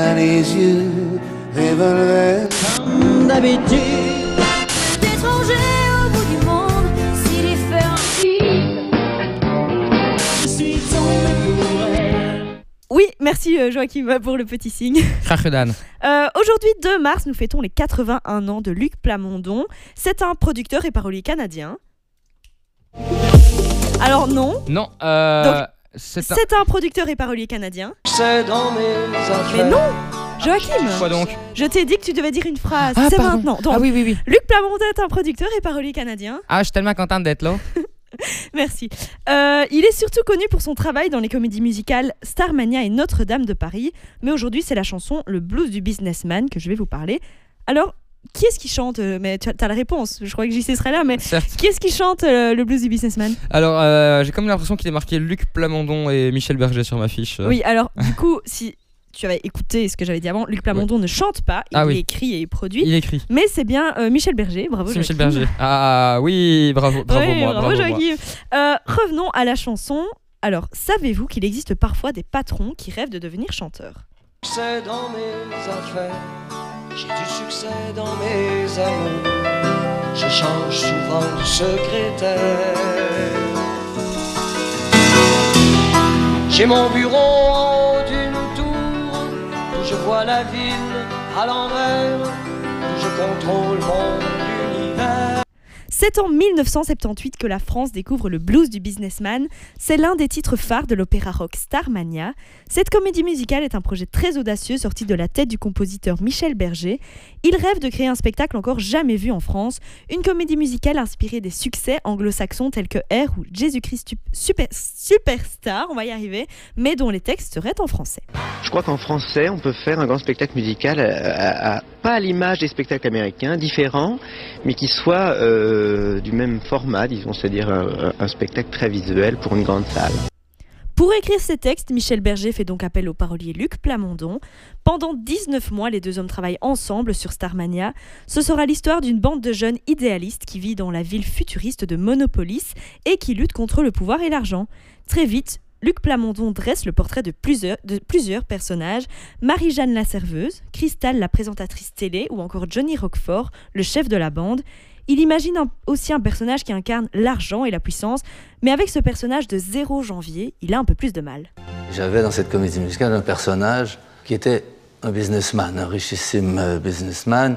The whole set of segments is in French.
a les yeux revolver. Comme d'habitude, d'étrangers au bout du monde, s'il est fait je suis tombé pour elle. Oui, merci Joachim pour le petit signe. Graag gedaan. Aujourd'hui, 2 mars, nous fêtons les 81 ans de Luc Plamondon. C'est un producteur et parolier canadien. Alors non. Non, Donc, c'est C'est un producteur et parolier canadien. C'est dans mes affaires. Mais non, Joachim, Quoi donc? je t'ai dit que tu devais dire une phrase. Ah, c'est pardon. maintenant. Donc, Ah oui, oui, oui. Luc Plamondon est un producteur et parolier canadien. Ah, je suis tellement contente d'être là. Merci. Il est surtout connu pour son travail dans les comédies musicales Starmania et Notre-Dame de Paris. Mais aujourd'hui, c'est la chanson Le blues du businessman que je vais vous parler. Alors, qui est-ce qui chante Mais tu as la réponse. Je croyais que JC serait là, mais Certes. qui est-ce qui chante le blues du businessman? Alors, j'ai comme l'impression qu'il est marqué Luc Plamondon et Michel Berger sur ma fiche. Oui, alors du coup, si tu avais écouté ce que j'avais dit avant, Luc Plamondon ne chante pas, il Ah oui. écrit et il produit. Il écrit. Mais c'est bien Michel Berger, bravo C'est Michel Joachim. Berger. Ah oui, bravo, bravo Oui, moi, bravo bravo moi. Joachim. Revenons à la chanson. Alors, savez-vous qu'il existe parfois des patrons qui rêvent de devenir chanteurs? C'est dans mes affaires. J'ai du succès dans mes amours. Je change souvent de secrétaire. J'ai mon bureau en haut d'une tour où je vois la ville à l'envers, où je contrôle mon univers. C'est en 1978 que la France découvre le blues du businessman. C'est l'un des titres phares de l'opéra rock Starmania. Cette comédie musicale est un projet très audacieux sorti de la tête du compositeur Michel Berger. Il rêve de créer un spectacle encore jamais vu en France, une comédie musicale inspirée des succès anglo-saxons tels que Air ou Jésus-Christ Superstar, on va y arriver, mais dont les textes seraient en français. Je crois qu'en français, on peut faire un grand spectacle musical, pas à l'image des spectacles américains, différents, mais qui soit du même format, disons, c'est-à-dire un spectacle très visuel pour une grande salle. Pour écrire ces textes, Michel Berger fait donc appel au parolier Luc Plamondon. Pendant 19 mois, les deux hommes travaillent ensemble sur Starmania. Ce sera l'histoire d'une bande de jeunes idéalistes qui vit dans la ville futuriste de Monopolis et qui lutte contre le pouvoir et l'argent. Très vite, Luc Plamondon dresse le portrait de plusieurs personnages, Marie-Jeanne la serveuse, Cristal la présentatrice télé ou encore Johnny Roquefort, le chef de la bande. Il imagine aussi un personnage qui incarne l'argent et la puissance, mais avec ce personnage de 0 janvier, il a un peu plus de mal. J'avais dans cette comédie musicale un personnage qui était un businessman, un richissime businessman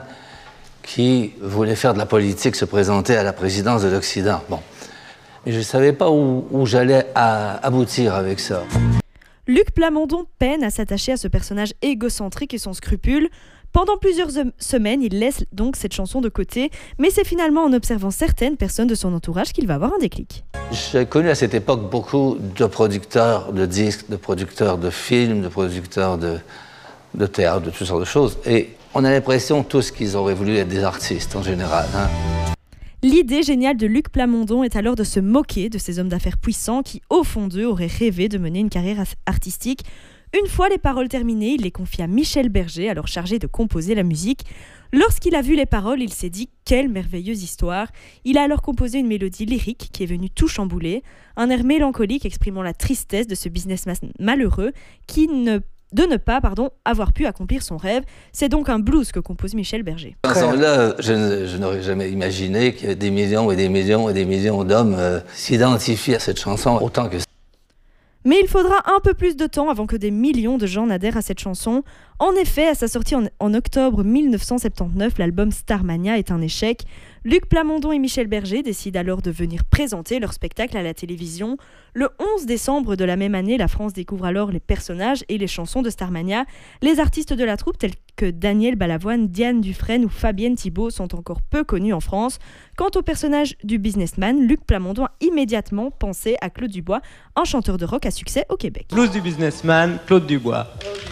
qui voulait faire de la politique, se présenter à la présidence de l'Occident. Bon. Et je ne savais pas où j'allais aboutir avec ça. Luc Plamondon peine à s'attacher à ce personnage égocentrique et sans scrupules. Pendant plusieurs semaines, il laisse donc cette chanson de côté, mais c'est finalement en observant certaines personnes de son entourage qu'il va avoir un déclic. J'ai connu à cette époque beaucoup de producteurs de disques, de producteurs de films, de producteurs de théâtre, de toutes sortes de choses. Et on a l'impression tous qu'ils auraient voulu être des artistes en général. Hein. L'idée géniale de Luc Plamondon est alors de se moquer de ces hommes d'affaires puissants qui, au fond d'eux, auraient rêvé de mener une carrière artistique. Une fois les paroles terminées, il les confie à Michel Berger, alors chargé de composer la musique. Lorsqu'il a vu les paroles, il s'est dit « Quelle merveilleuse histoire !» Il a alors composé une mélodie lyrique qui est venue tout chambouler, un air mélancolique exprimant la tristesse de ce businessman malheureux qui de ne pas avoir pu accomplir son rêve. C'est donc un blues que compose Michel Berger. Cette chanson-là, je n'aurais jamais imaginé que des millions et des millions et des millions d'hommes s'identifient à cette chanson autant que ça. Mais il faudra un peu plus de temps avant que des millions de gens n'adhèrent à cette chanson. En effet, à sa sortie en octobre 1979, l'album Starmania est un échec. Luc Plamondon et Michel Berger décident alors de venir présenter leur spectacle à la télévision. Le 11 décembre de la même année, la France découvre alors les personnages et les chansons de Starmania. Les artistes de la troupe tels que Daniel Balavoine, Diane Dufresne ou Fabienne Thibault sont encore peu connus en France. Quant au personnage du businessman, Luc Plamondon a immédiatement pensé à Claude Dubois, un chanteur de rock à succès au Québec. Blues du businessman, Claude Dubois.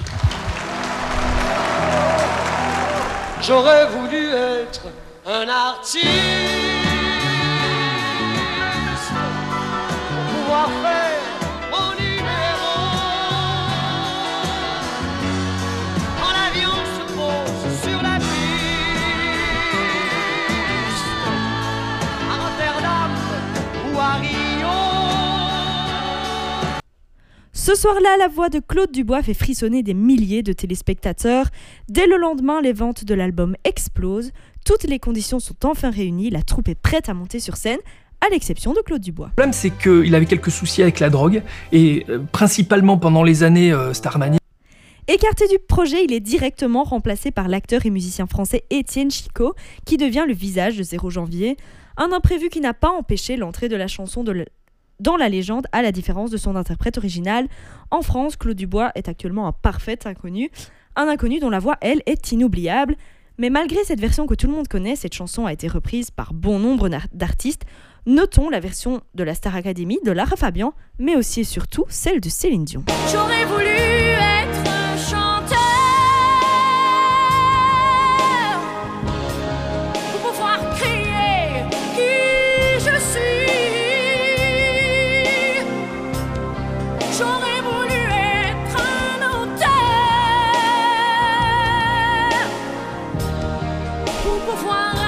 J'aurais voulu être un artiste pour pouvoir faire mon numéro. Quand l'avion se pose sur la piste à Rotterdam ou à Rio. Ce soir-là, la voix de Claude Dubois fait frissonner des milliers de téléspectateurs. Dès le lendemain, les ventes de l'album explosent. Toutes les conditions sont enfin réunies. La troupe est prête à monter sur scène, à l'exception de Claude Dubois. Le problème, c'est qu'il avait quelques soucis avec la drogue, et principalement pendant les années Starmania. Écarté du projet, il est directement remplacé par l'acteur et musicien français Étienne Chicot, qui devient le visage de 0 janvier. Un imprévu qui n'a pas empêché l'entrée de la chanson dans la légende, à la différence de son interprète original. En France, Claude Dubois est actuellement un parfait inconnu. Un inconnu dont la voix, elle, est inoubliable. Mais malgré cette version que tout le monde connaît, cette chanson a été reprise par bon nombre d'artistes. Notons la version de la Star Academy de Lara Fabian, mais aussi et surtout celle de Céline Dion. J'aurais voulu être un chanteur pour pouvoir crier qui je suis. J'aurais voulu être un auteur pour pouvoir